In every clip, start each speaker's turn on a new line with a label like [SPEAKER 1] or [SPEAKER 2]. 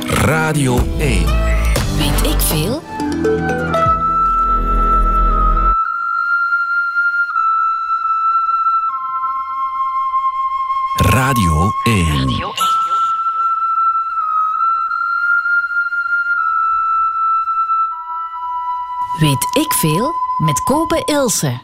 [SPEAKER 1] Radio 1.
[SPEAKER 2] Weet ik veel?
[SPEAKER 1] Radio 1.
[SPEAKER 2] Weet ik veel? Met Kobe Ilse.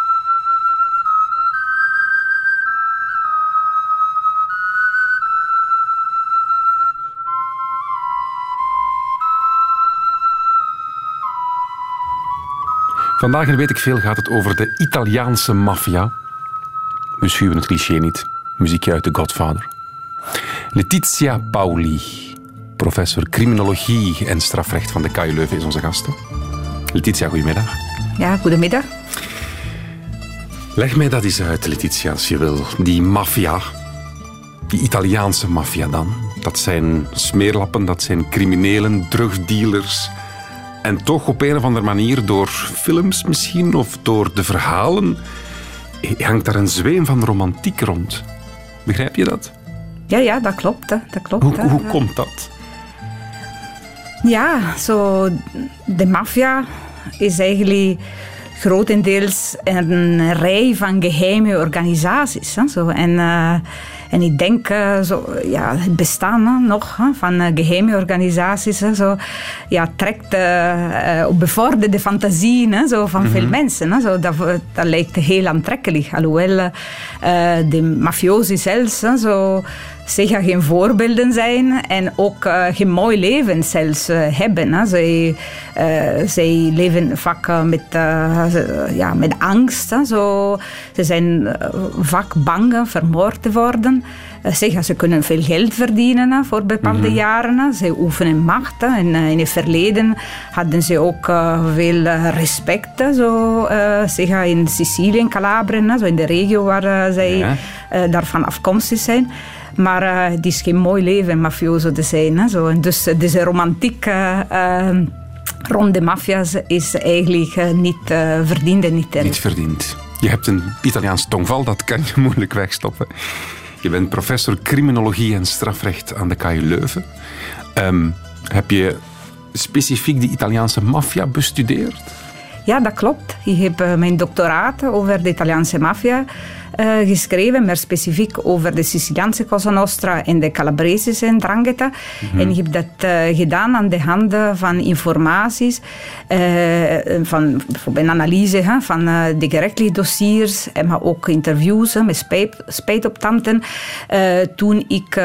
[SPEAKER 3] Vandaag in Weet ik veel gaat het over de Italiaanse maffia. We schuwen het cliché niet. Muziekje uit The Godfather. Letizia Pauli, professor criminologie en strafrecht van de KU Leuven, is onze gast. Letizia, goedemiddag.
[SPEAKER 4] Ja, goedemiddag.
[SPEAKER 3] Leg mij dat eens uit, Letizia, als je wil. Die maffia, die Italiaanse maffia dan. Dat zijn smeerlappen, dat zijn criminelen, drugdealers. En toch op een of andere manier, door films misschien, of door de verhalen, hangt daar een zweem van romantiek rond. Begrijp je dat?
[SPEAKER 4] Ja, dat klopt. Dat klopt
[SPEAKER 3] Hoe komt dat?
[SPEAKER 4] Ja, de maffia is eigenlijk grotendeels een rij van geheime organisaties. Hè, En ik denk, het bestaan nog van geheime organisaties trekt of bevordert de fantasieën van veel mensen. Dat lijkt heel aantrekkelijk. Alhoewel de mafiosi zelfs zeggen geen voorbeelden zijn en ook geen mooi leven zelfs hebben. Zij leven vaak met angst. Ze zijn vaak bang vermoord te worden. Ze kunnen veel geld verdienen voor bepaalde jaren. Ze oefenen macht. In het verleden hadden ze ook veel respect. In Sicilië en Calabrië, in de regio waar zij daarvan afkomstig zijn. Maar het is geen mooi leven mafioso te zijn. En dus deze romantiek rond de maffia's is eigenlijk niet verdiend en niet
[SPEAKER 3] Niet verdiend. Je hebt een Italiaans tongval, dat kan je moeilijk wegstoppen. Je bent professor criminologie en strafrecht aan de KU Leuven. Heb je specifiek die Italiaanse maffia bestudeerd?
[SPEAKER 4] Ja, dat klopt. Ik heb mijn doctoraat over de Italiaanse maffia geschreven, maar specifiek over de Siciliaanse Cosa Nostra en de Calabresische 'Ndrangheta. En ik heb dat gedaan aan de hand van informaties, van bijvoorbeeld een analyse van de gerechtelijke dossiers, maar ook interviews met spijtoptanten. Toen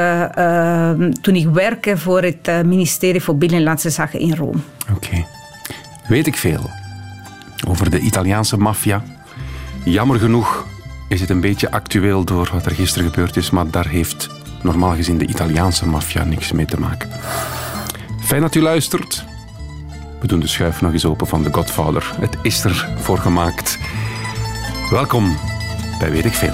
[SPEAKER 4] ik werkte voor het ministerie voor Binnenlandse Zaken in Rome.
[SPEAKER 3] Oké. Weet ik veel over de Italiaanse maffia? Jammer genoeg is het een beetje actueel door wat er gisteren gebeurd is, maar daar heeft normaal gezien de Italiaanse maffia niks mee te maken. Fijn dat u luistert. We doen de schuif nog eens open van The Godfather. Het is er voor gemaakt. Welkom bij Weet ik veel.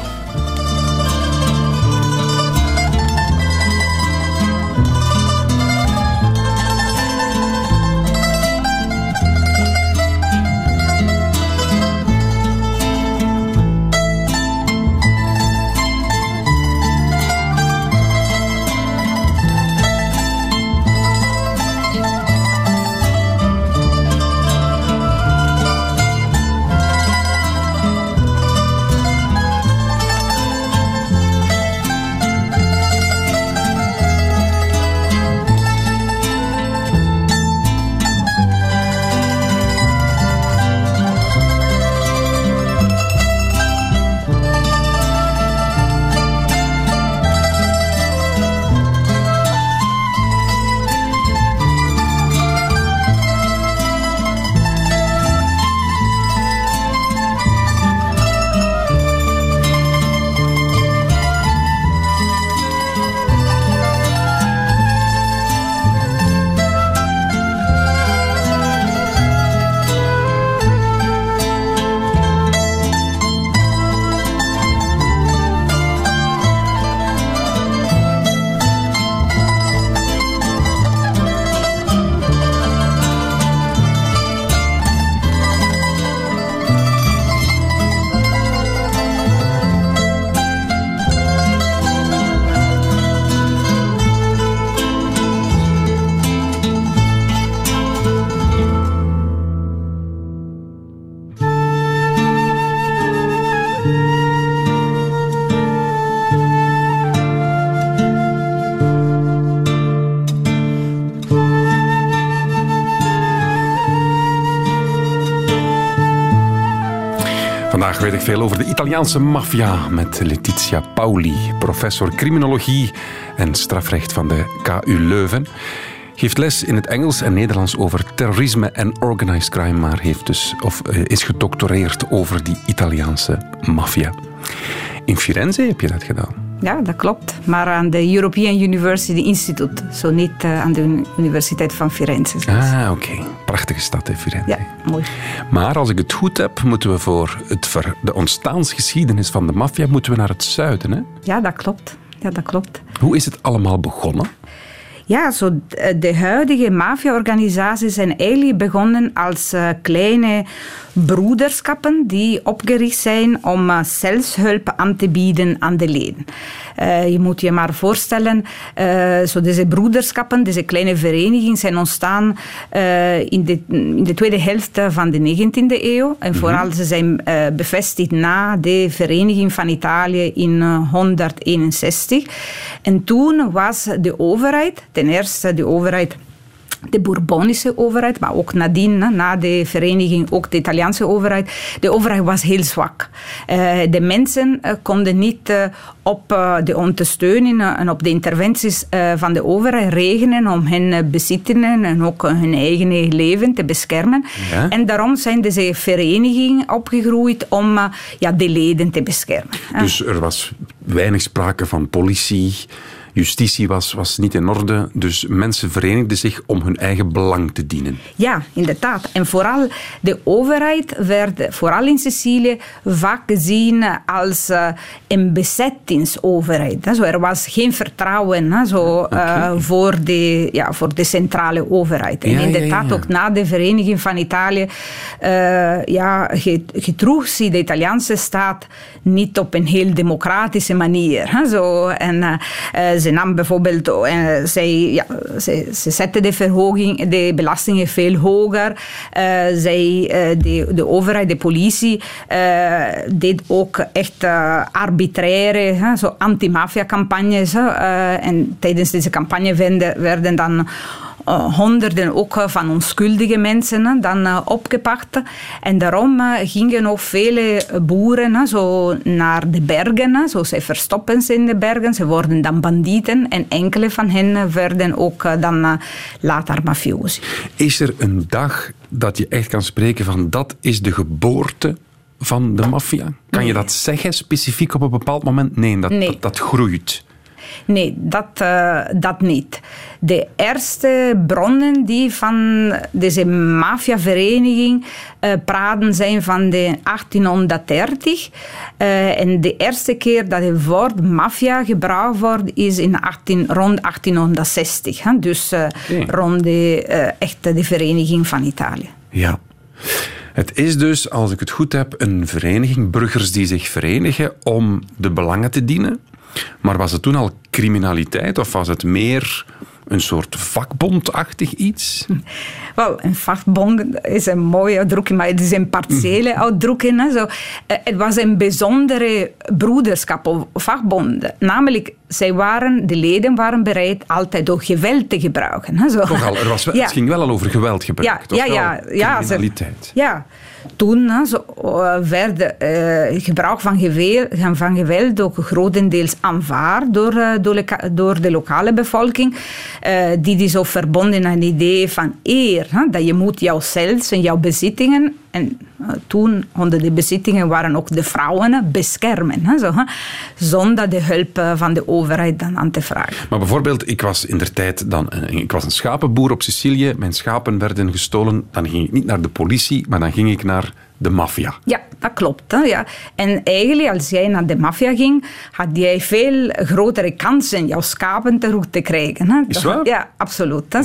[SPEAKER 3] Vandaag weet ik veel over de Italiaanse maffia met Letizia Pauli, professor criminologie en strafrecht van de KU Leuven. Geeft les in het Engels en Nederlands over terrorisme en organized crime, maar is gedoctoreerd over die Italiaanse maffia. In Firenze heb je dat gedaan?
[SPEAKER 4] Ja, dat klopt. Maar aan de European University Institute. Zo niet aan de Universiteit van Firenze.
[SPEAKER 3] Oké. Prachtige stad, hè, Firenze.
[SPEAKER 4] Ja, mooi.
[SPEAKER 3] Maar als ik het goed heb, moeten we voor de ontstaansgeschiedenis van de maffia naar het zuiden, hè?
[SPEAKER 4] Ja, dat klopt.
[SPEAKER 3] Hoe is het allemaal begonnen?
[SPEAKER 4] Ja, de huidige maffia-organisaties zijn eigenlijk begonnen als kleine broederschappen die opgericht zijn om zelfhulp aan te bieden aan de leden. Je moet je maar voorstellen, deze broederschappen, deze kleine verenigingen zijn ontstaan in de tweede helft van de 19e eeuw. En vooral ze zijn bevestigd na de vereniging van Italië in 161. En toen was de overheid, ten eerste de overheid, de Bourbonische overheid, maar ook nadien, na de vereniging, ook de Italiaanse overheid. De overheid was heel zwak. De mensen konden niet op de ondersteuning en op de interventies van de overheid rekenen om hun bezittingen en ook hun eigen leven te beschermen. Ja. En daarom zijn deze verenigingen opgegroeid om de leden te beschermen.
[SPEAKER 3] Dus er was weinig sprake van politie. Justitie was niet in orde, dus mensen verenigden zich om hun eigen belang te dienen.
[SPEAKER 4] Ja, inderdaad. En vooral de overheid werd, vooral in Sicilië, vaak gezien als een bezettingsoverheid. Er was geen vertrouwen voor de centrale overheid. En inderdaad, ook na de vereniging van Italië, gedroeg zich de Italiaanse staat niet op een heel democratische manier. Ze nam bijvoorbeeld, ze zette de belastingen veel hoger. De overheid, de politie, deed ook echt arbitraire, anti-maffia-campagnes. En tijdens deze campagne werden dan honderden ook van onschuldige mensen dan opgepakt. En daarom gingen ook vele boeren naar de bergen. Zij verstoppen ze in de bergen. Ze worden dan bandieten. En enkele van hen werden ook dan later mafiosi.
[SPEAKER 3] Is er een dag dat je echt kan spreken van dat is de geboorte van de maffia? Kan je dat zeggen specifiek op een bepaald moment? Nee, dat groeit.
[SPEAKER 4] Nee, dat niet. De eerste bronnen die van deze maffiavereniging praten zijn van de 1830. En de eerste keer dat het woord maffia gebruikt wordt is rond 1860. Dus rond de vereniging van Italië.
[SPEAKER 3] Ja. Het is dus, als ik het goed heb, een vereniging, burgers die zich verenigen om de belangen te dienen. Maar was het toen al criminaliteit of was het meer een soort vakbondachtig iets?
[SPEAKER 4] Wel, een vakbond is een mooie uitdrukking, maar het is een partiële uitdrukking. Het was een bijzondere broederschap of vakbond. Namelijk, de leden waren bereid altijd ook geweld te gebruiken.
[SPEAKER 3] Toch al, het ging wel al over geweldgebruik. Criminaliteit.
[SPEAKER 4] Ja. Toen werd gebruik van geweld ook grotendeels aanvaard door de lokale bevolking. Die zo verbonden aan het idee van eer. Dat je moet jouzelf en jouw bezittingen, en toen onder de bezittingen waren ook de vrouwen, beschermen. Zonder de hulp van de overheid dan aan te vragen.
[SPEAKER 3] Maar bijvoorbeeld, ik was een schapenboer op Sicilië. Mijn schapen werden gestolen. Dan ging ik niet naar de politie, maar dan ging ik naar de maffia.
[SPEAKER 4] Ja, dat klopt. Ja. En eigenlijk, als jij naar de maffia ging, had jij veel grotere kansen jouw schapen terug te krijgen.
[SPEAKER 3] Is waar?
[SPEAKER 4] Ja, absoluut.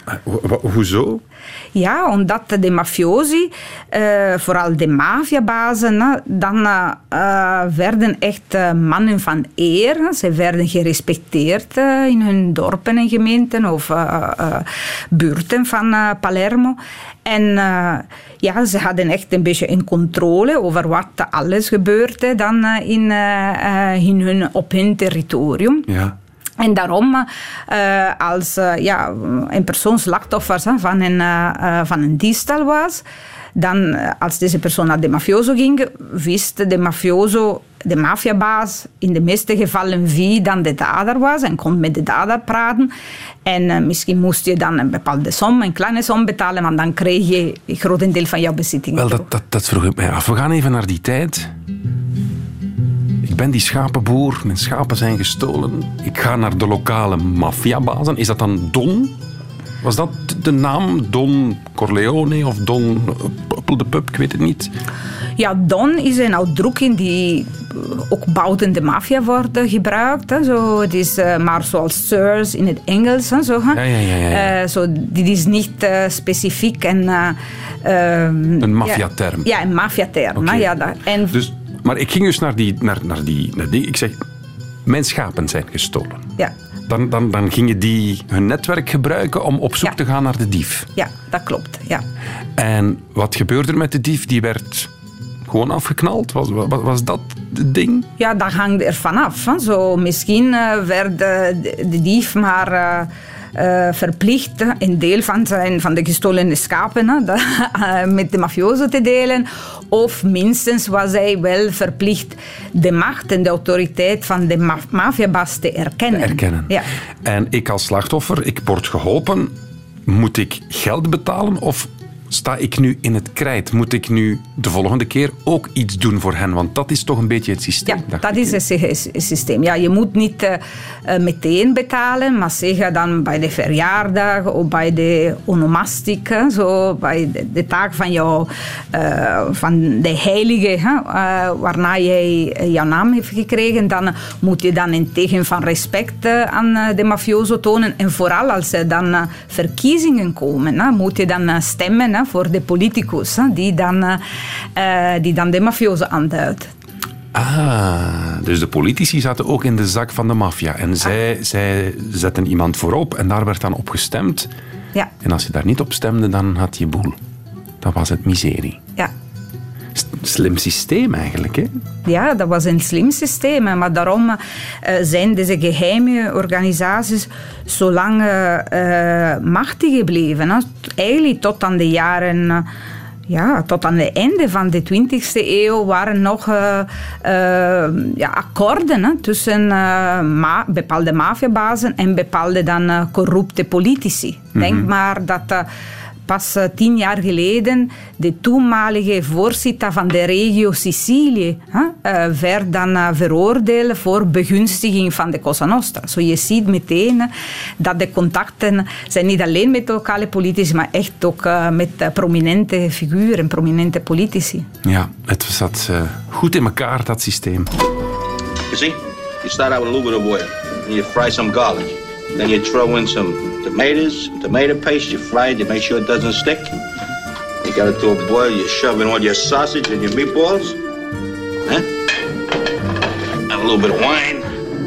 [SPEAKER 3] Hoezo?
[SPEAKER 4] Ja, omdat de mafiosi, vooral de maffiabazen, dan werden echt mannen van eer. Ze werden gerespecteerd in hun dorpen en gemeenten of buurten van Palermo. En ze hadden echt een beetje een controle over wat alles gebeurde dan op hun territorium.
[SPEAKER 3] Ja.
[SPEAKER 4] En daarom, als een persoon slachtoffer van een diefstal was, dan als deze persoon naar de mafioso ging, wist de maffiabaas in de meeste gevallen wie dan de dader was en kon met de dader praten. En misschien moest je dan een bepaalde som, een kleine som betalen, maar dan kreeg je een groot deel van jouw bezittingen.
[SPEAKER 3] Wel, dat vroeg ik mij af. We gaan even naar die tijd. Ik ben die schapenboer, mijn schapen zijn gestolen. Ik ga naar de lokale maffiabazen. Is dat dan Don? Was dat de naam? Don Corleone of Don de Pub? Ik weet het niet.
[SPEAKER 4] Ja, Don is een uitdrukking die ook buiten de maffia wordt gebruikt. Hè. Zo, het is maar zoals sirs in het Engels. Hè, zo, hè.
[SPEAKER 3] Ja.
[SPEAKER 4] Zo, dit is niet specifiek
[SPEAKER 3] een maffiaterm.
[SPEAKER 4] Ja, een maffiaterm.
[SPEAKER 3] Okay.
[SPEAKER 4] Ja,
[SPEAKER 3] dus, maar ik ging dus naar die. Ik zeg, mijn schapen zijn gestolen.
[SPEAKER 4] Ja.
[SPEAKER 3] Dan gingen die hun netwerk gebruiken om op zoek te gaan naar de dief.
[SPEAKER 4] Ja, dat klopt. Ja.
[SPEAKER 3] En wat gebeurde er met de dief? Die werd gewoon afgeknald? Was dat het ding?
[SPEAKER 4] Ja, dat hangt er vanaf. Zo, misschien werd de dief maar verplicht een deel van de gestolen schapen met de mafioso te delen. Of minstens was hij wel verplicht de macht en de autoriteit van de maffiabaas te erkennen. Ja.
[SPEAKER 3] En ik als slachtoffer, ik word geholpen. Moet ik geld betalen of sta ik nu in het krijt? Moet ik nu de volgende keer ook iets doen voor hen? Want dat is toch een beetje het systeem.
[SPEAKER 4] Ja, dat is het systeem. Ja, je moet niet meteen betalen, maar zeg dan bij de verjaardag of bij de onomastiek, zo bij de taak van de heilige, waarna jij jouw naam heeft gekregen, dan moet je dan een teken van respect aan de mafioso tonen. En vooral als er dan verkiezingen komen, moet je dan stemmen voor de politicus die dan de mafioso aanduidt.
[SPEAKER 3] Dus de politici zaten ook in de zak van de maffia. En zij zetten iemand voorop en daar werd dan op gestemd.
[SPEAKER 4] Ja.
[SPEAKER 3] En als je daar niet op stemde, dan had je boel. Dan was het miserie.
[SPEAKER 4] Ja.
[SPEAKER 3] Slim systeem eigenlijk, hè?
[SPEAKER 4] Ja, dat was een slim systeem. Maar daarom zijn deze geheime organisaties zo lang machtig gebleven. Eigenlijk tot aan de jaren... tot aan het einde van de 20e eeuw waren nog akkoorden tussen bepaalde maffiabazen en bepaalde dan corrupte politici. Denk maar dat... Pas 10 jaar geleden de toenmalige voorzitter van de regio Sicilië werd dan veroordeeld voor begunstiging van de Cosa Nostra. Zo je ziet meteen dat de contacten zijn niet alleen met lokale politici, maar echt ook met prominente figuren, prominente politici.
[SPEAKER 3] Ja, het zat goed in elkaar, dat systeem.
[SPEAKER 5] You see, you start out with a little bit of oil, and you fry some garlic. Then you throw in some tomatoes, tomato paste, you fry it, you make sure it doesn't stick. You got it to a boil, you shove in all your sausage and your meatballs. And a little bit of wine.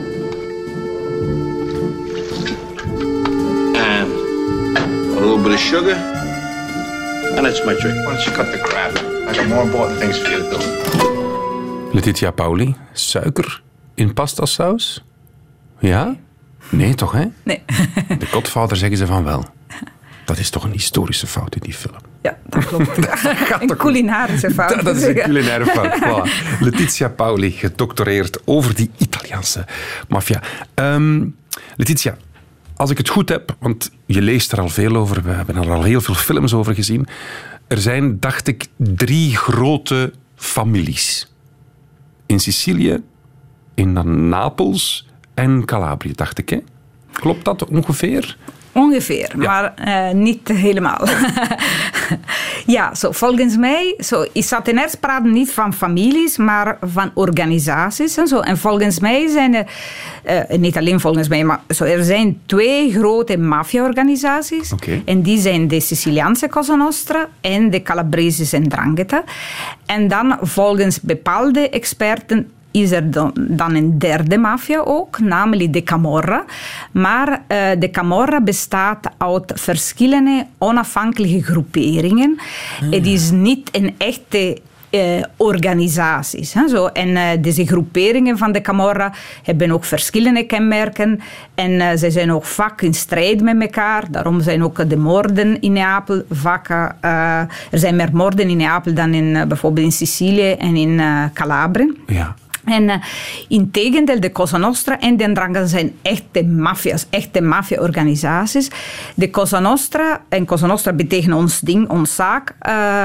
[SPEAKER 5] And a little bit of sugar. And that's my trick.
[SPEAKER 6] Why don't you cut the crap? I got more important things for you to do.
[SPEAKER 3] Letitia Pauli, suiker in pastasaus? Ja? Nee, toch, hè?
[SPEAKER 4] Nee.
[SPEAKER 3] De Godfather zeggen ze van wel. Dat is toch een historische fout in die film?
[SPEAKER 4] Ja, dat klopt. Een culinarische fout.
[SPEAKER 3] Dat is een culinaire fout. Voilà. Letitia Pauli, gedoctoreerd over die Italiaanse maffia. Letitia, als ik het goed heb, want je leest er al veel over, we hebben er al heel veel films over gezien. Er zijn, dacht ik, 3 grote families. In Sicilië, in Napels en Calabrië, dacht ik. Hè? Klopt dat ongeveer?
[SPEAKER 4] Ongeveer, ja. Maar niet helemaal. Ja, volgens mij, is Satenaars praten niet van families, maar van organisaties. En, zo. En volgens mij zijn er, niet alleen volgens mij, maar er zijn 2 grote maffia-organisaties.
[SPEAKER 3] Okay. En
[SPEAKER 4] die zijn de Siciliaanse Cosa Nostra en de Calabresische 'Ndrangheta. En dan volgens bepaalde experten is er dan een derde maffia ook, namelijk de Camorra. Maar de Camorra bestaat uit verschillende onafhankelijke groeperingen. Het is niet een echte organisaties. Hè, zo. En deze groeperingen van de Camorra hebben ook verschillende kenmerken. En ze zijn ook vaak in strijd met elkaar. Daarom zijn ook de moorden in Neapel vaak... er zijn meer moorden in Neapel dan bijvoorbeeld in Sicilië en in Calabrië.
[SPEAKER 3] Ja.
[SPEAKER 4] En integendeel, de Cosa Nostra en de 'Ndrangheta zijn echte maffia's, echte maffia-organisaties. De Cosa Nostra, en Cosa Nostra betekent ons ding, ons zaak,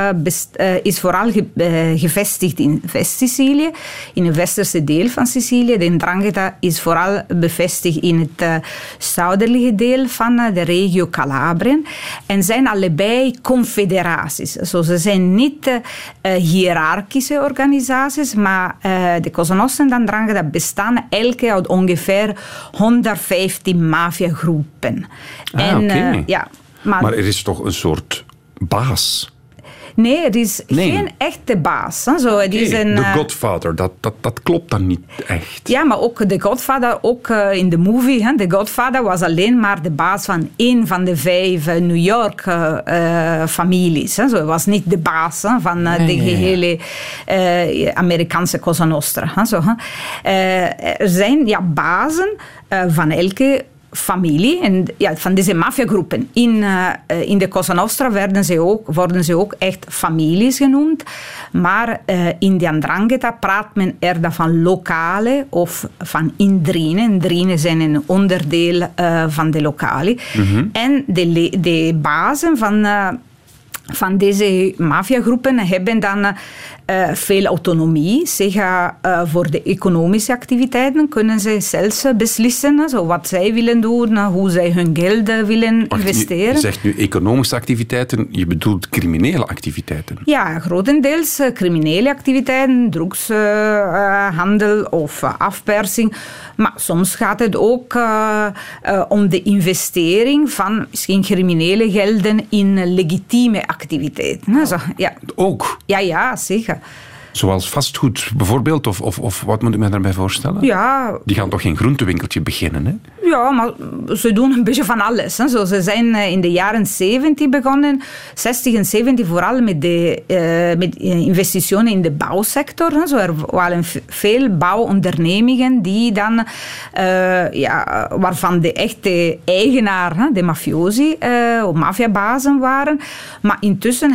[SPEAKER 4] is vooral gevestigd in West-Sicilië, in het westerse deel van Sicilië. De 'Ndrangheta is vooral bevestigd in het zuidelijke deel van de regio Calabrië. En zijn allebei confederaties. Zo, ze zijn niet hiërarchische organisaties, maar de Cosa Nostra en de 'Ndrangheta bestaan elke uit ongeveer 115 maffiagroepen.
[SPEAKER 3] Oké.
[SPEAKER 4] Ja,
[SPEAKER 3] Maar er is toch een soort baas?
[SPEAKER 4] Nee, er is geen echte baas. Hè. Zo, het is
[SPEAKER 3] De Godfather, dat klopt dan niet echt.
[SPEAKER 4] Ja, maar ook de Godfather, ook in de movie, hè, de Godfather was alleen maar de baas van 1 van de 5 New York families. Hè. Zo, hij was niet de baas van de gehele Amerikaanse Cosa Nostra. Hè, zo, hè. Er zijn bazen van elke familie en van deze maffiagroepen. In de Cosa Nostra worden ze ook echt families genoemd, maar in de 'Ndrangheta praat men eerder van lokale of van indrine. Indrine zijn een onderdeel van de lokali. Mm-hmm. En de bazen van deze maffiagroepen hebben dan veel autonomie. Voor de economische activiteiten kunnen ze zelfs beslissen wat zij willen doen, hoe zij hun geld willen investeren.
[SPEAKER 3] Je zegt nu economische activiteiten, je bedoelt criminele activiteiten?
[SPEAKER 4] Ja, grotendeels criminele activiteiten, drugshandel of afpersing. Maar soms gaat het ook om de investering van misschien criminele gelden in legitieme activiteiten.
[SPEAKER 3] Oh.
[SPEAKER 4] Zo, ja.
[SPEAKER 3] Ook?
[SPEAKER 4] Ja, zeker.
[SPEAKER 3] Zoals vastgoed bijvoorbeeld, of wat moet ik me daarbij voorstellen?
[SPEAKER 4] Ja.
[SPEAKER 3] Die gaan toch geen groentewinkeltje beginnen, hè?
[SPEAKER 4] Ja, maar ze doen een beetje van alles. Hè. Zo, ze zijn in de jaren 70 begonnen, 60 en 70 vooral met investities in de bouwsector. Hè. Zo, er waren veel bouwondernemingen die dan, waarvan de echte eigenaar, de mafiosi, of maffiabazen waren. Maar intussen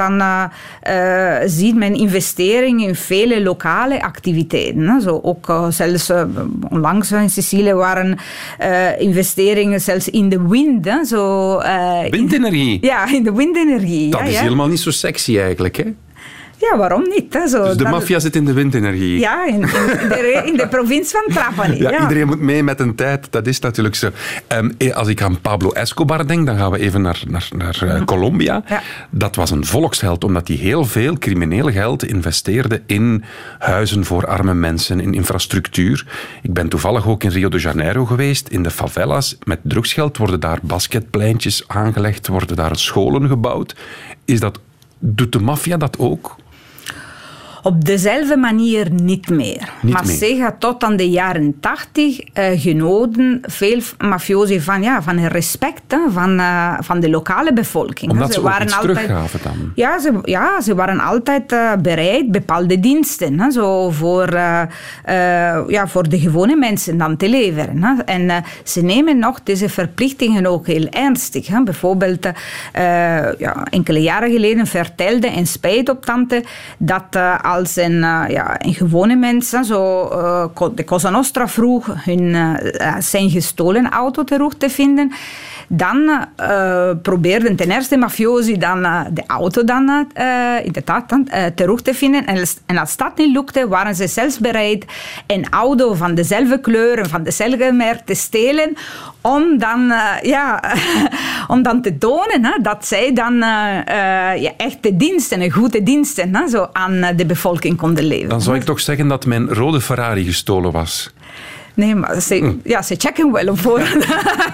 [SPEAKER 4] ziet men investeringen in vele lokale activiteiten. Hè. Zo, ook zelfs onlangs in Sicilië waren investeringen zelfs in de wind. Hè. Zo,
[SPEAKER 3] windenergie?
[SPEAKER 4] In de windenergie.
[SPEAKER 3] Dat is helemaal niet zo sexy eigenlijk, hè?
[SPEAKER 4] Ja, waarom niet? Hè? Zo,
[SPEAKER 3] dus de maffia zit in de windenergie?
[SPEAKER 4] Ja, in de provincie van Trapani.
[SPEAKER 3] Ja, iedereen moet mee met een tijd. Dat is natuurlijk zo. Als ik aan Pablo Escobar denk, dan gaan we even naar Colombia. Ja. Dat was een volksheld, omdat hij heel veel crimineel geld investeerde in huizen voor arme mensen, in infrastructuur. Ik ben toevallig ook in Rio de Janeiro geweest, in de favelas. Met drugsgeld worden daar basketpleintjes aangelegd, worden daar scholen gebouwd. Doet de maffia dat ook?
[SPEAKER 4] Op dezelfde manier niet meer. Zeg, tot aan de jaren 80 genoten veel mafiosi van het respect van de lokale bevolking.
[SPEAKER 3] Omdat ze waren altijd teruggaven dan?
[SPEAKER 4] Ze waren altijd bereid bepaalde diensten voor de gewone mensen dan te leveren. En ze nemen nog deze verplichtingen ook heel ernstig. Bijvoorbeeld, enkele jaren geleden vertelde een spijtoptante dat als een gewone mensen de Cosa Nostra vroeg zijn gestolen auto terug te vinden, dan probeerden ten eerste mafiosi dan de auto inderdaad terug te vinden. En als dat niet lukte, waren ze zelfs bereid een auto van dezelfde kleur en van dezelfde merk te stelen, om dan te tonen dat zij dan echte diensten, goede diensten aan de bevolking konden leveren.
[SPEAKER 3] Dan zou ik toch zeggen dat mijn rode Ferrari gestolen was.
[SPEAKER 4] Nee, maar ze checken wel op voorhand.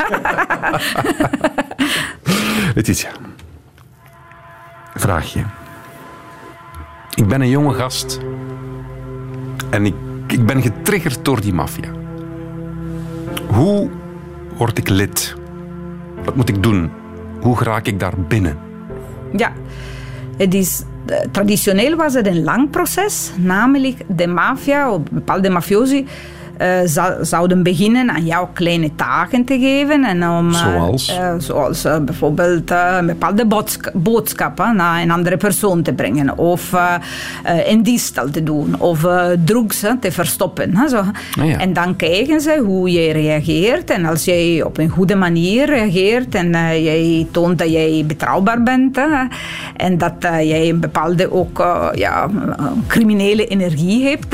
[SPEAKER 3] Letitia, vraagje. Ik ben een jonge gast en ik ben getriggerd door die maffia. Hoe word ik lid? Wat moet ik doen? Hoe geraak ik daar binnen?
[SPEAKER 4] Ja, het is traditioneel was het een lang proces. Namelijk de maffia, of bepaalde mafiosi, zouden beginnen aan jou kleine taken te geven. En om, zoals bijvoorbeeld een bepaalde boodschap naar een andere persoon te brengen. Of een diefstal te doen. Of drugs te verstoppen. Zo. Ja. En dan kijken ze hoe je reageert. En als jij op een goede manier reageert en jij toont dat jij betrouwbaar bent. En dat jij een bepaalde ook criminele energie hebt.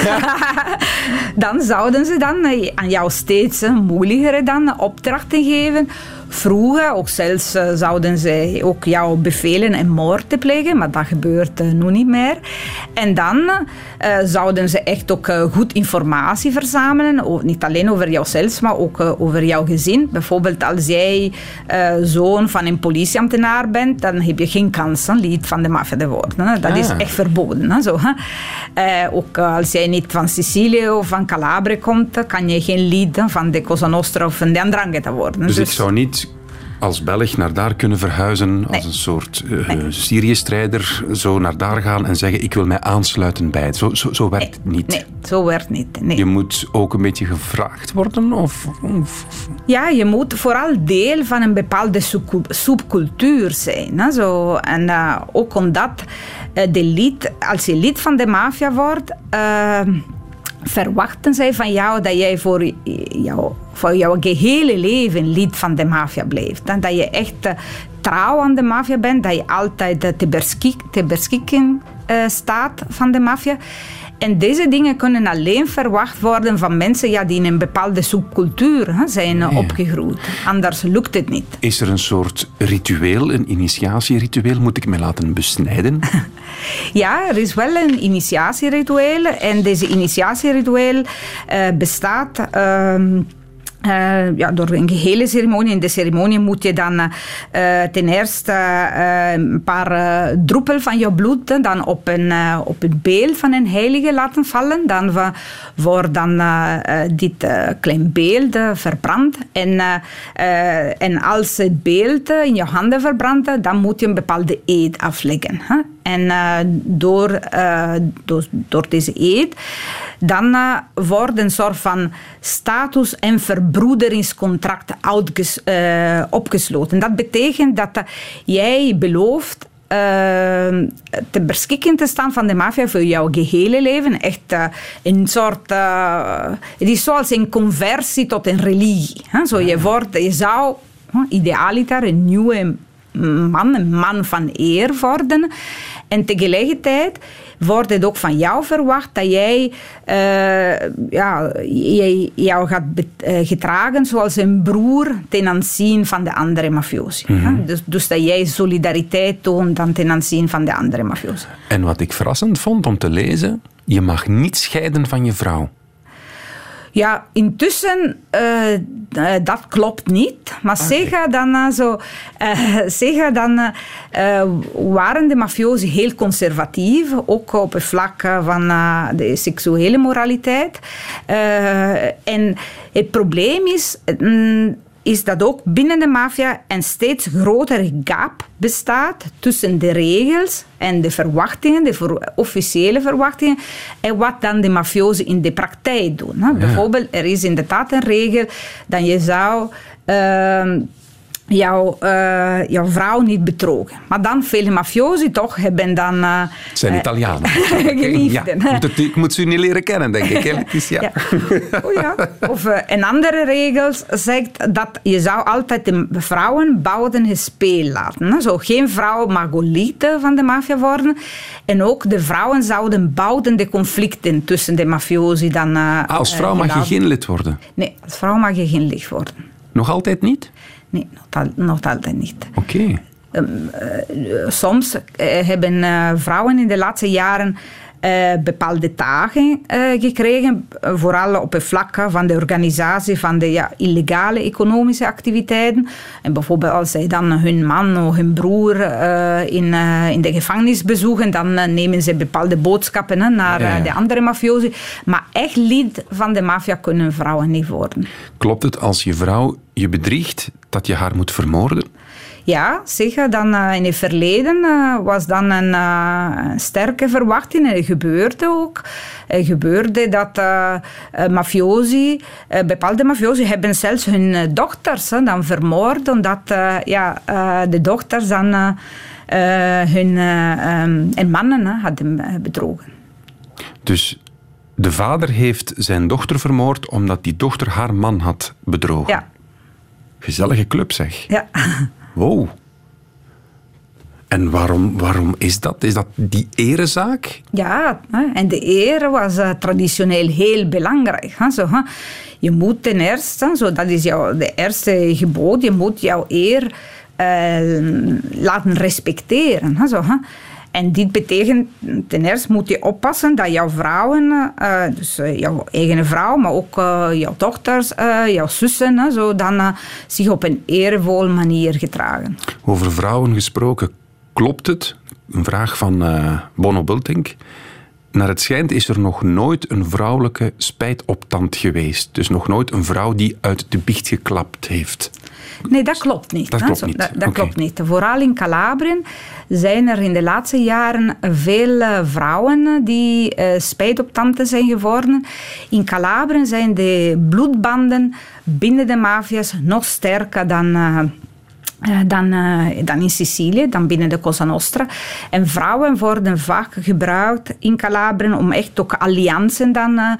[SPEAKER 4] Dan zouden ze dan aan jou steeds moeilijkere dan opdrachten geven. Vroeger ook zelfs zouden ze ook jou bevelen en moord te plegen, maar dat gebeurt nu niet meer. En dan zouden ze echt ook goed informatie verzamelen, niet alleen over jouzelf, maar ook over jouw gezin. Bijvoorbeeld als jij zoon van een politieambtenaar bent, dan heb je geen kans een lid van de maffia te worden. Dat is echt verboden. Zo. Ook als jij niet van Sicilië of van Calabria komt, kan je geen lid van de Cosa Nostra of van de 'Ndrangheta worden.
[SPEAKER 3] Dus ik zou niet als Belg naar daar kunnen verhuizen als een soort Syrië-strijder, zo naar daar gaan en zeggen ik wil mij aansluiten bij het. Zo werkt het niet.
[SPEAKER 4] Nee, zo werkt niet. Nee.
[SPEAKER 3] Je moet ook een beetje gevraagd worden? Of?
[SPEAKER 4] Ja, je moet vooral deel van een bepaalde subcultuur zijn. Hè, zo. En ook omdat als je lid van de maffia wordt, verwachten zij van jou dat jij voor jouw gehele leven lid van de maffia blijft. En dat je echt trouw aan de maffia bent, dat je altijd te beschikking staat van de maffia. En deze dingen kunnen alleen verwacht worden van mensen die in een bepaalde subcultuur zijn opgegroeid. Anders lukt het niet.
[SPEAKER 3] Is er een soort ritueel, een initiatieritueel? Moet ik me laten besnijden?
[SPEAKER 4] Ja, er is wel een initiatieritueel. En deze initiatieritueel bestaat door een gehele ceremonie. In de ceremonie moet je dan ten eerste een paar druppel van je bloed dan op het beeld van een heilige laten vallen. Dan wordt dit klein beeld verbrand. En als het beeld in je handen verbrandt, dan moet je een bepaalde eed afleggen. Hè? En door deze eed dan wordt een soort van status- en verbroederingscontract opgesloten. Dat betekent dat jij belooft te beschikking te staan van de maffia voor jouw gehele leven. Echt een soort... het is zoals een conversie tot een religie. Hè? Zo, je zou idealiter een nieuwe man, een man van eer worden. En tegelijkertijd wordt het ook van jou verwacht dat jij jou gaat gedragen zoals een broer ten aanzien van de andere mafiosi. Mm-hmm. Dus dat jij solidariteit toont dan ten aanzien van de andere mafiosi.
[SPEAKER 3] En wat ik verrassend vond om te lezen, je mag niet scheiden van je vrouw.
[SPEAKER 4] Ja, intussen, dat klopt niet. Maar waren de mafiosi heel conservatief, ook op het vlak van de seksuele moraliteit. En het probleem is dat ook binnen de maffia een steeds grotere gap bestaat tussen de regels en de verwachtingen, de officiële verwachtingen, en wat dan de mafiosi in de praktijk doen. Ja. Bijvoorbeeld, er is inderdaad een regel dat je zou jouw vrouw niet betrogen. Maar dan vele mafiosi toch hebben dan...
[SPEAKER 3] zijn Italianen.
[SPEAKER 4] Geliefden.
[SPEAKER 3] Ja, ik moet ze niet leren kennen, denk ik. Ja.
[SPEAKER 4] Oh, ja. Of een andere regel zegt dat je zou altijd de vrouwen buiten het spel laten. Zo, geen vrouw mag lid van de maffia worden. En ook de vrouwen zouden buiten de conflicten tussen de mafiosi dan...
[SPEAKER 3] als vrouw mag je geen lid worden?
[SPEAKER 4] Nee, als vrouw mag je geen lid worden.
[SPEAKER 3] Nog altijd niet?
[SPEAKER 4] Nee, nog altijd niet.
[SPEAKER 3] Oké.
[SPEAKER 4] Soms hebben vrouwen in de laatste jaren bepaalde taken gekregen, vooral op het vlak van de organisatie van de illegale economische activiteiten. En bijvoorbeeld als zij dan hun man of hun broer in de gevangenis bezoeken, dan nemen ze bepaalde boodschappen naar de andere mafiosi. Maar echt lid van de maffia kunnen vrouwen niet worden.
[SPEAKER 3] Klopt het als je vrouw je bedriegt dat je haar moet vermoorden?
[SPEAKER 4] Ja, zeker. Dan, in het verleden was dan een sterke verwachting. En het gebeurde ook. Het gebeurde dat mafiosi, bepaalde mafiosi hebben zelfs hun dochters dan vermoord, omdat de dochters dan hun mannen hadden bedrogen.
[SPEAKER 3] Dus de vader heeft zijn dochter vermoord omdat die dochter haar man had bedrogen?
[SPEAKER 4] Ja.
[SPEAKER 3] Gezellige club, zeg.
[SPEAKER 4] Ja.
[SPEAKER 3] Wow. En waarom is dat? Is dat die erezaak?
[SPEAKER 4] Ja, en de eer was traditioneel heel belangrijk. Je moet ten eerste, dat is de eerste gebod, je moet jouw eer laten respecteren. En dit betekent, ten eerste moet je oppassen dat jouw vrouwen, dus jouw eigen vrouw, maar ook jouw dochters, jouw zussen, dan zich op een eervolle manier gedragen.
[SPEAKER 3] Over vrouwen gesproken, klopt het? Een vraag van Bono Bultink. Naar het schijnt is er nog nooit een vrouwelijke spijtoptand geweest. Dus nog nooit een vrouw die uit de biecht geklapt heeft.
[SPEAKER 4] Nee, dat klopt niet.
[SPEAKER 3] Dat klopt niet.
[SPEAKER 4] Dat klopt niet. Vooral in Calabrië zijn er in de laatste jaren veel vrouwen die spijtoptanten zijn geworden. In Calabrië zijn de bloedbanden binnen de maffia's nog sterker dan in Sicilië, dan binnen de Cosa Nostra. En vrouwen worden vaak gebruikt in Calabrië om echt ook alliansen dan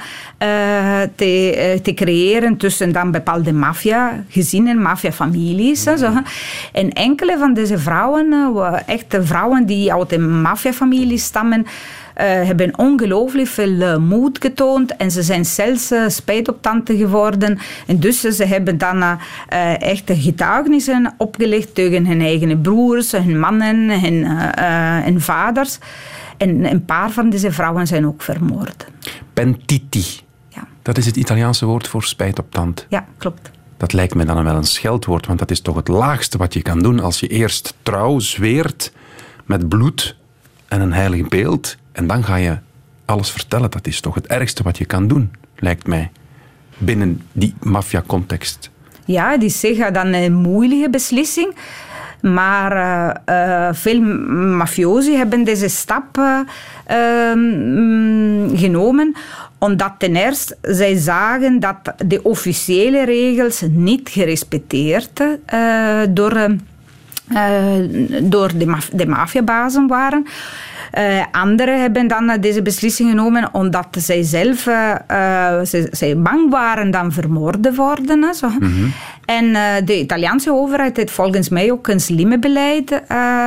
[SPEAKER 4] te creëren tussen dan bepaalde maffia-gezinnen, maffia-families. En enkele van deze vrouwen, echte vrouwen die uit de maffia-familie stammen, hebben ongelooflijk veel moed getoond en ze zijn zelfs spijtoptanten geworden. En dus ze hebben dan echte getuigenissen opgelegd tegen hun eigen broers, hun mannen, hun vaders. En een paar van deze vrouwen zijn ook vermoord.
[SPEAKER 3] Pentiti.
[SPEAKER 4] Ja.
[SPEAKER 3] Dat is het Italiaanse woord voor spijtoptand.
[SPEAKER 4] Ja, klopt.
[SPEAKER 3] Dat lijkt me dan wel een scheldwoord, want dat is toch het laagste wat je kan doen als je eerst trouw zweert met bloed en een heilig beeld. En dan ga je alles vertellen. Dat is toch het ergste wat je kan doen, lijkt mij. Binnen die maffia-context. Ja,
[SPEAKER 4] het is zeker dan een moeilijke beslissing. Maar veel mafiosi hebben deze stap genomen. Omdat ten eerste zij zagen dat de officiële regels niet gerespecteerd door de maffiabazen waren. Anderen hebben dan deze beslissing genomen omdat zij zelf zij bang waren dan vermoord te worden. Mm-hmm. En de Italiaanse overheid heeft volgens mij ook een slimme beleid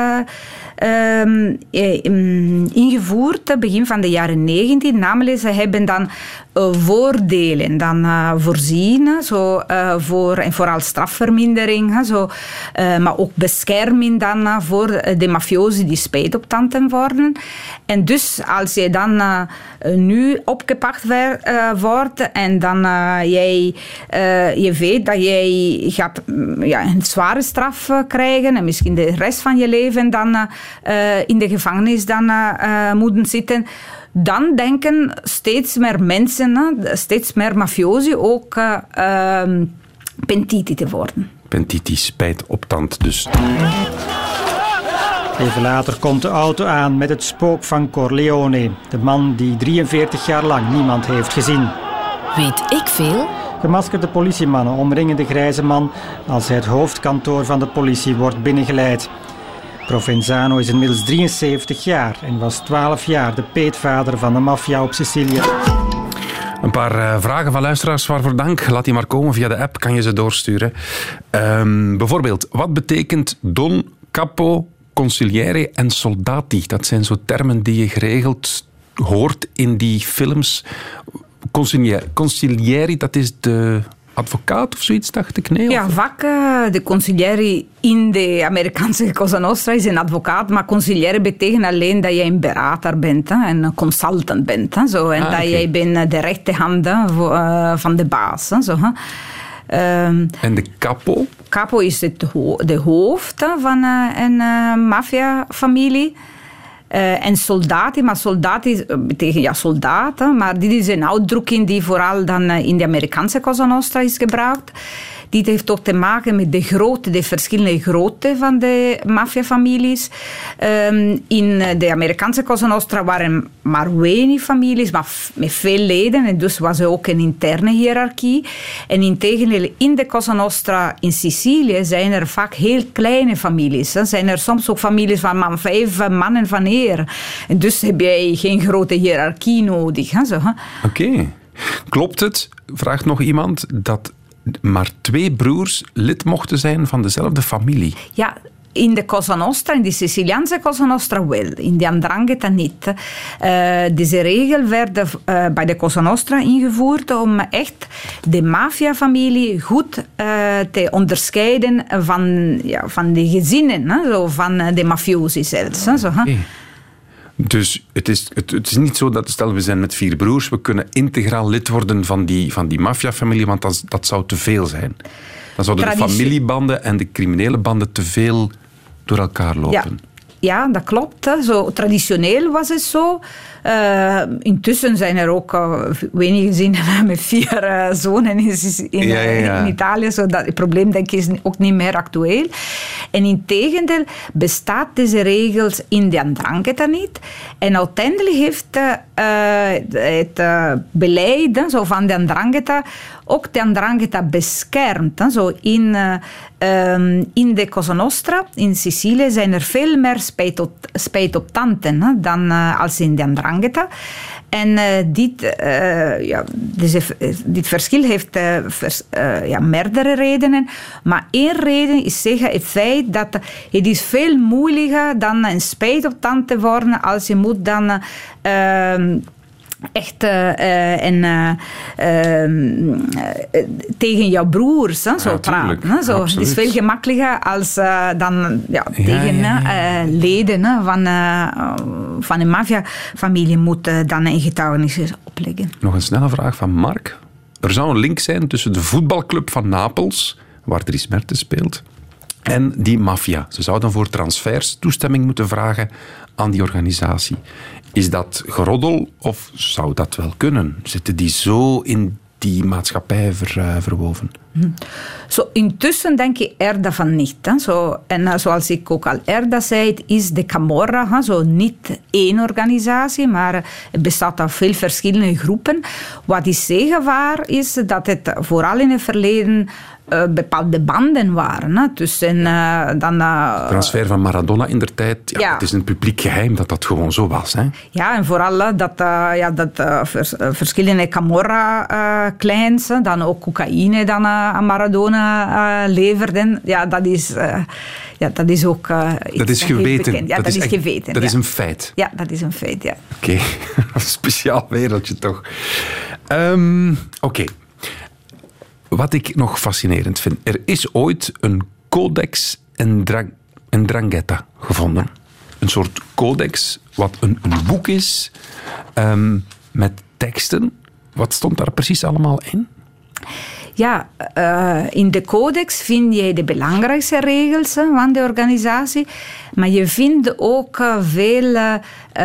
[SPEAKER 4] ingevoerd, begin van de jaren 90. Namelijk, ze hebben dan voordelen dan voorzien, en vooral strafvermindering, maar ook bescherming dan voor de mafiosi die spijtoptanten worden. En dus als je dan nu opgepakt wordt en dan je weet dat jij gaat een zware straf krijgen en misschien de rest van je leven dan in de gevangenis dan moeten zitten, dan denken steeds meer mensen, steeds meer mafiosi ook pentiti te worden.
[SPEAKER 3] Pentiti, spijtoptand dus.
[SPEAKER 7] Even later komt de auto aan met het spook van Corleone. De man die 43 jaar lang niemand heeft gezien.
[SPEAKER 2] Weet ik veel?
[SPEAKER 7] Gemaskerde politiemannen omringen de grijze man als hij het hoofdkantoor van de politie wordt binnengeleid. Provenzano is inmiddels 73 jaar en was 12 jaar de peetvader van de maffia op Sicilië.
[SPEAKER 3] Een paar vragen van luisteraars, waarvoor dank. Laat die maar komen via de app, kan je ze doorsturen. Bijvoorbeeld, wat betekent don, capo, consigliere en soldati? Dat zijn zo termen die je geregeld hoort in die films. Consigliere, dat is de advocaat of zoiets, dacht ik? Nee,
[SPEAKER 4] Ja, vak, de consigliere in de Amerikaanse Cosa Nostra is een advocaat, maar consigliere betekent alleen dat jij een berater bent, hè, een consultant bent. Hè, zo, en dat jij bent de rechterhand van de baas. Hè, zo, hè.
[SPEAKER 3] En de capo?
[SPEAKER 4] Capo is de hoofd van een maffiafamilie. En soldati, maar soldati betekent soldaat, maar dit is een uitdrukking die vooral dan in de Amerikaanse Cosa Nostra is gebruikt. Dit heeft ook te maken met de verschillende grootte van de maffiafamilies. In de Amerikaanse Cosa Nostra waren maar weinig families, maar met veel leden. En dus was er ook een interne hiërarchie. En integendeel, in de Cosa Nostra in Sicilië zijn er vaak heel kleine families. Hè. Zijn er soms ook families van maar 5 mannen van eer. En dus heb je geen grote hiërarchie nodig.
[SPEAKER 3] Oké. Klopt het, vraagt nog iemand, dat maar 2 broers lid mochten zijn van dezelfde familie?
[SPEAKER 4] Ja, in de Cosa Nostra, in de Siciliaanse Cosa Nostra wel, in de 'Ndrangheta niet. Deze regel werd bij de Cosa Nostra ingevoerd om echt de maffiafamilie goed te onderscheiden van de gezinnen, hè, zo, van de mafiosi zelfs. Hè, zo, hè.
[SPEAKER 3] Okay. Dus het is niet zo dat, stel we zijn met 4 broers, we kunnen integraal lid worden van die maffiafamilie, want dat zou te veel zijn. Dan zouden de familiebanden en de criminele banden te veel door elkaar lopen.
[SPEAKER 4] Ja, dat klopt. Hè. Zo, traditioneel was het zo. Intussen zijn er ook weinig gezinnen met 4 zonen in Italië. Zo dat het probleem denk ik is ook niet meer actueel. En integendeel bestaat deze regels in de 'Ndrangheta niet. En uiteindelijk heeft het beleid van de 'Ndrangheta ook de 'Ndrangheta beschermd. Hè. Zo in de Cosa Nostra, in Sicilië, zijn er veel meer spijtoptanten dan als in de 'Ndrangheta. En dit verschil heeft meerdere redenen. Maar 1 reden is het feit dat het is veel moeilijker dan een spijtoptant te worden als je moet dan echt tegen jouw broers zo praten. Hè, zo. Het is veel gemakkelijker als dan tegen leden van een maffiafamilie moet dan een getuigenis opleggen.
[SPEAKER 3] Nog een snelle vraag van Mark. Er zou een link zijn tussen de voetbalclub van Napels, waar Dries Mertens speelt, en die maffia. Ze zouden voor transfers toestemming moeten vragen aan die organisatie. Is dat geroddel of zou dat wel kunnen? Zitten die zo in die maatschappij verwoven?
[SPEAKER 4] Zo, intussen denk ik eerder van niet. Hè. Zo, en zoals ik ook al eerder zei, het is de Camorra, hè, zo niet 1 organisatie, maar het bestaat uit veel verschillende groepen. Wat is zeker waar is dat het vooral in het verleden bepaalde banden waren. Hè. Tussen,
[SPEAKER 3] transfer van Maradona in der tijd. Ja. Het is een publiek geheim dat gewoon zo was. Hè?
[SPEAKER 4] Ja, en vooral dat verschillende Camorra-clans dan ook cocaïne dan aan Maradona leverden. Ja, dat is ook
[SPEAKER 3] dat is geweten.
[SPEAKER 4] Bekend. Ja, dat is geweten.
[SPEAKER 3] Dat is een feit.
[SPEAKER 4] Ja, dat is een feit, ja.
[SPEAKER 3] Oké. Een speciaal wereldje toch. Oké. Wat ik nog fascinerend vind. Er is ooit een Codex Ndrangheta gevonden. Een soort codex, wat een boek is met teksten. Wat stond daar precies allemaal in?
[SPEAKER 4] Ja, in de codex vind je de belangrijkste regels van de organisatie. Maar je vindt ook veel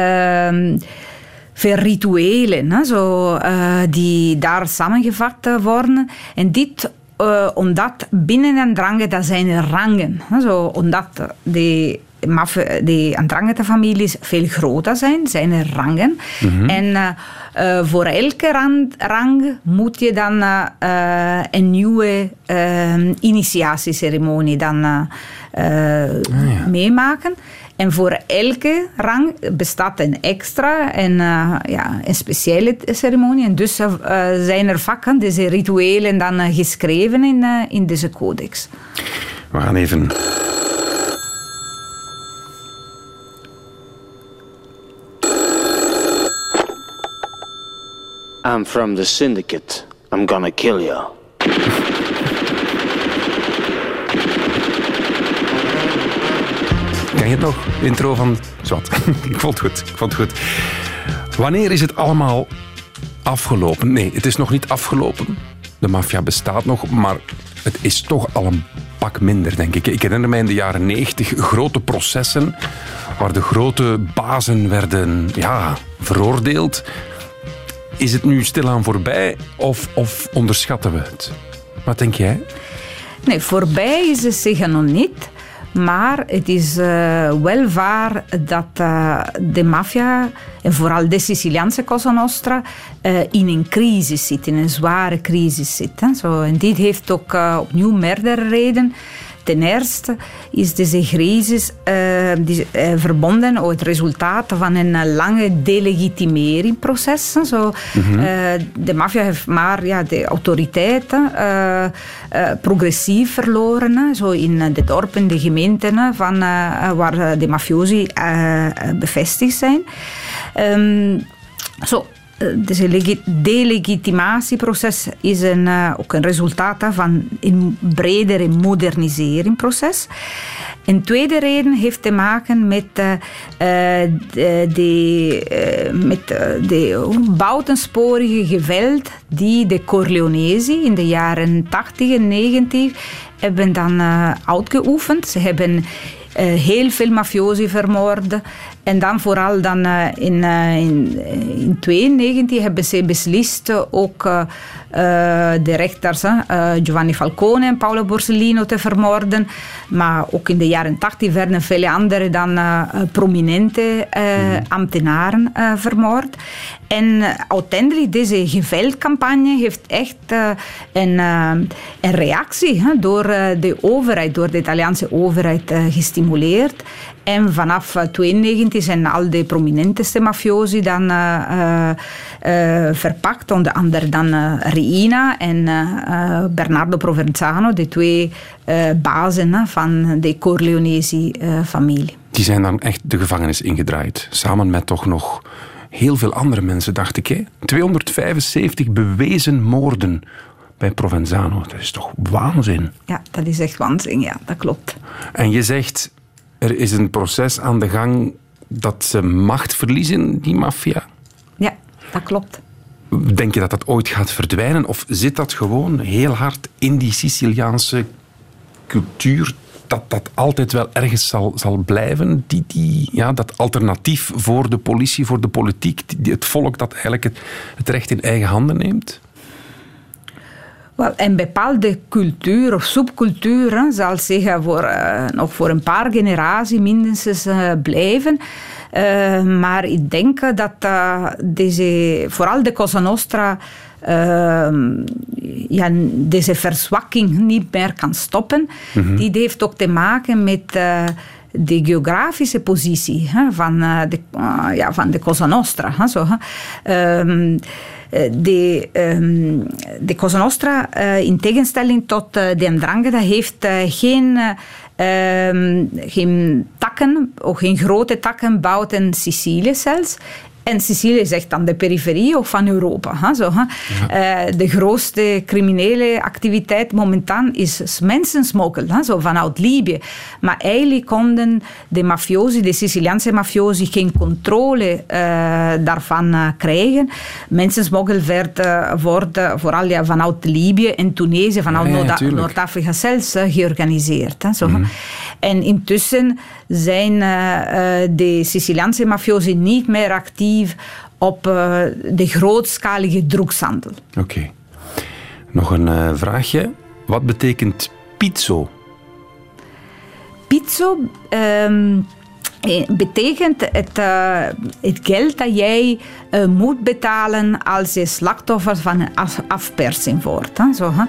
[SPEAKER 4] rituelen die daar samengevat worden. En dit omdat binnen een Ndrangheta zijn er rangen. Omdat de Ndrangheta-families veel groter zijn er rangen. Mm-hmm. En voor elke rang moet je dan een nieuwe initiatieceremonie dan meemaken. En voor elke rang bestaat een extra en een speciale ceremonie. En dus zijn er vakken, deze rituelen dan geschreven in deze codex.
[SPEAKER 3] We gaan even...
[SPEAKER 8] I'm from the syndicate. I'm gonna kill you.
[SPEAKER 3] het nog? Intro van... Zwat. Ik vond het goed. Wanneer is het allemaal afgelopen? Nee, het is nog niet afgelopen. De maffia bestaat nog, maar het is toch al een pak minder, denk ik. Ik herinner mij in de jaren 90 grote processen waar de grote bazen werden veroordeeld. Is het nu stilaan voorbij of onderschatten we het? Wat denk jij?
[SPEAKER 4] Nee, voorbij is het zeker nog niet. Maar het is wel waar dat de maffia, en vooral de Siciliaanse Cosa Nostra, in een crisis zit, in een zware crisis zit. Hè. En dit heeft ook opnieuw meerdere redenen. Ten eerste is deze crisis verbonden aan het resultaat van een lange delegitimeringsproces. De maffia heeft maar de autoriteiten progressief verloren. Zo in de dorpen, de gemeenten van, waar de mafiosi bevestigd zijn. Het delegitimatieproces is ook een resultaat van een bredere moderniseringsproces. Een tweede reden heeft te maken met de buitensporige geweld die de Corleonesi in de jaren 80 en 90 hebben dan uitgeoefend. Ze hebben heel veel mafiosi vermoord. En dan vooral in 1992 hebben ze beslist ook de rechters Giovanni Falcone en Paolo Borsellino te vermoorden. Maar ook in de jaren 80 werden vele andere dan prominente ambtenaren vermoord. En uiteindelijk deze geveldcampagne heeft echt een reactie door de overheid, door de Italiaanse overheid gestimuleerd. En vanaf 1992 zijn al de prominenteste mafiosi dan verpakt. Onder andere dan Riina en Bernardo Provenzano, de twee bazen van de Corleonesi-familie.
[SPEAKER 3] Die zijn dan echt de gevangenis ingedraaid. Samen met toch nog heel veel andere mensen, dacht ik. Hè? 275 bewezen moorden bij Provenzano. Dat is toch waanzin?
[SPEAKER 4] Ja, dat is echt waanzin. Ja, dat klopt.
[SPEAKER 3] En je zegt, er is een proces aan de gang dat ze macht verliezen, die maffia?
[SPEAKER 4] Ja, dat klopt.
[SPEAKER 3] Denk je dat dat ooit gaat verdwijnen? Of zit dat gewoon heel hard in die Siciliaanse cultuur, dat altijd wel ergens zal blijven? Dat alternatief voor de politie, voor de politiek, het volk dat eigenlijk het recht in eigen handen neemt?
[SPEAKER 4] Wel, een bepaalde cultuur of subcultuur zal zich nog voor een paar generaties minstens blijven. Maar ik denk dat vooral de Cosa Nostra deze verzwakking niet meer kan stoppen. Mm-hmm. Die heeft ook te maken met de geografische positie van de Cosa Nostra. De Cosa Nostra, in tegenstelling tot de 'Ndrangheta, heeft geen takken, of geen grote takken buiten Sicilië zelfs. En Sicilië is echt aan de periferie ook van Europa. De grootste criminele activiteit momentaan is mensensmokkel, vanuit Libië. Maar eigenlijk konden de mafiosi, de Siciliaanse mafiosi, geen controle daarvan krijgen. Mensensmokkel wordt vooral vanuit Libië en Tunesië, vanuit Noord-Afrika zelfs georganiseerd. Mm-hmm. En intussen zijn de Siciliaanse mafiosi niet meer actief op de grootschalige drugshandel.
[SPEAKER 3] Oké. Nog een vraagje. Wat betekent pizzo?
[SPEAKER 4] Pizzo betekent het geld dat jij moet betalen als je slachtoffer van een afpersing wordt.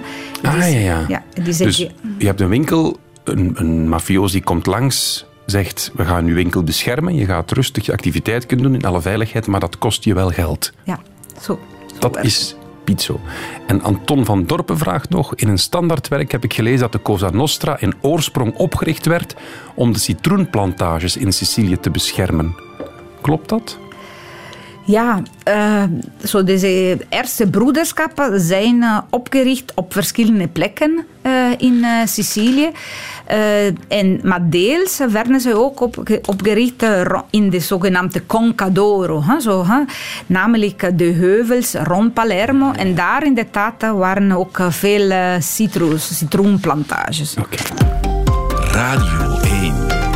[SPEAKER 3] Dus je hebt een winkel, een mafiosi komt langs, zegt, we gaan uw winkel beschermen, je gaat rustig je activiteit kunnen doen in alle veiligheid, maar dat kost je wel geld.
[SPEAKER 4] Ja, zo
[SPEAKER 3] dat is pizzo. En Anton van Dorpen vraagt nog, in een standaardwerk heb ik gelezen dat de Cosa Nostra in oorsprong opgericht werd om de citroenplantages in Sicilië te beschermen. Klopt dat?
[SPEAKER 4] Ja, deze eerste broederschappen zijn opgericht op verschillende plekken in Sicilië. Maar deels werden ze ook opgericht in de zogenaamde Conca d'Oro. Namelijk de heuvels rond Palermo. En daar inderdaad waren ook veel citroenplantages.
[SPEAKER 3] Oké.
[SPEAKER 1] Radio 1.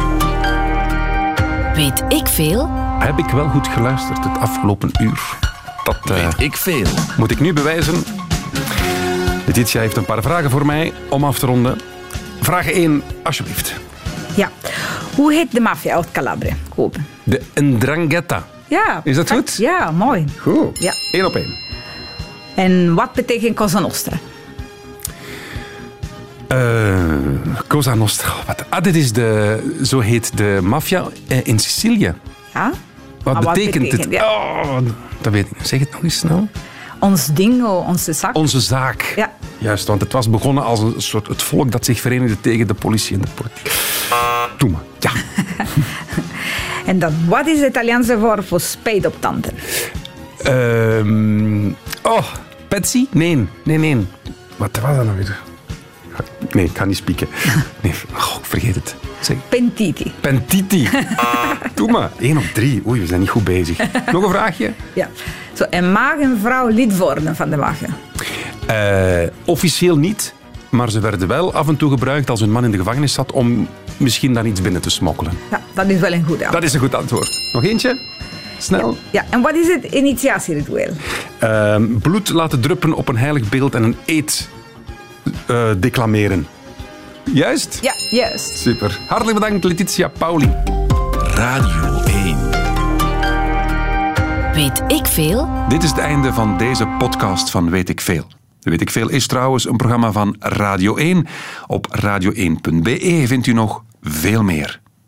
[SPEAKER 2] Weet ik veel?
[SPEAKER 3] Heb ik wel goed geluisterd het afgelopen uur? Dat
[SPEAKER 1] Weet ik veel.
[SPEAKER 3] moet ik nu bewijzen. Letitia heeft een paar vragen voor mij om af te ronden. Vraag 1, alsjeblieft.
[SPEAKER 4] Ja. Hoe heet de maffia uit Calabria? Koop.
[SPEAKER 3] De 'Ndrangheta.
[SPEAKER 4] Ja.
[SPEAKER 3] Is dat
[SPEAKER 4] perfect.
[SPEAKER 3] goed?
[SPEAKER 4] Ja, mooi.
[SPEAKER 3] Goed.
[SPEAKER 4] Ja.
[SPEAKER 3] 1 op 1.
[SPEAKER 4] En wat betekent Cosa Nostra?
[SPEAKER 3] Cosa Nostra. Dit is zo heet de maffia in Sicilië.
[SPEAKER 4] Ja.
[SPEAKER 3] Wat
[SPEAKER 4] Maar
[SPEAKER 3] betekent het?
[SPEAKER 4] Ja.
[SPEAKER 3] Oh, dat weet ik niet. Zeg het nog eens snel.
[SPEAKER 4] Ons dingo, onze zak.
[SPEAKER 3] Onze zaak.
[SPEAKER 4] Ja.
[SPEAKER 3] Juist, want het was begonnen als een soort het volk dat zich verenigde tegen de politie en de politiek. Doe maar. Ja.
[SPEAKER 4] En dan, wat is het Italiaanse woord voor spijt op tanden?
[SPEAKER 3] Petsy? Nee. Wat was dat nou weer? Nee, ik ga niet spieken. Nee, ik vergeet het. Zeg.
[SPEAKER 4] Pentiti.
[SPEAKER 3] Pentiti. Doe maar. 1 op 3. Oei, we zijn niet goed bezig. Nog een vraagje?
[SPEAKER 4] Ja. En mag een vrouw lid worden van de maffia?
[SPEAKER 3] Officieel niet, maar ze werden wel af en toe gebruikt als hun man in de gevangenis zat om misschien dan iets binnen te smokkelen.
[SPEAKER 4] Ja, dat is wel een goed antwoord.
[SPEAKER 3] Dat is een goed antwoord. Nog eentje? Snel.
[SPEAKER 4] Ja, en wat is het initiatieritueel?
[SPEAKER 3] Bloed laten druppen op een heilig beeld en een eed declameren. Juist?
[SPEAKER 4] Ja, juist.
[SPEAKER 3] Super. Hartelijk bedankt, Letitia Pauli.
[SPEAKER 1] Radio 1.
[SPEAKER 2] Weet ik veel?
[SPEAKER 3] Dit is het einde van deze podcast van Weet ik Veel. Weet ik Veel is trouwens een programma van Radio 1. Op radio1.be vindt u nog veel meer.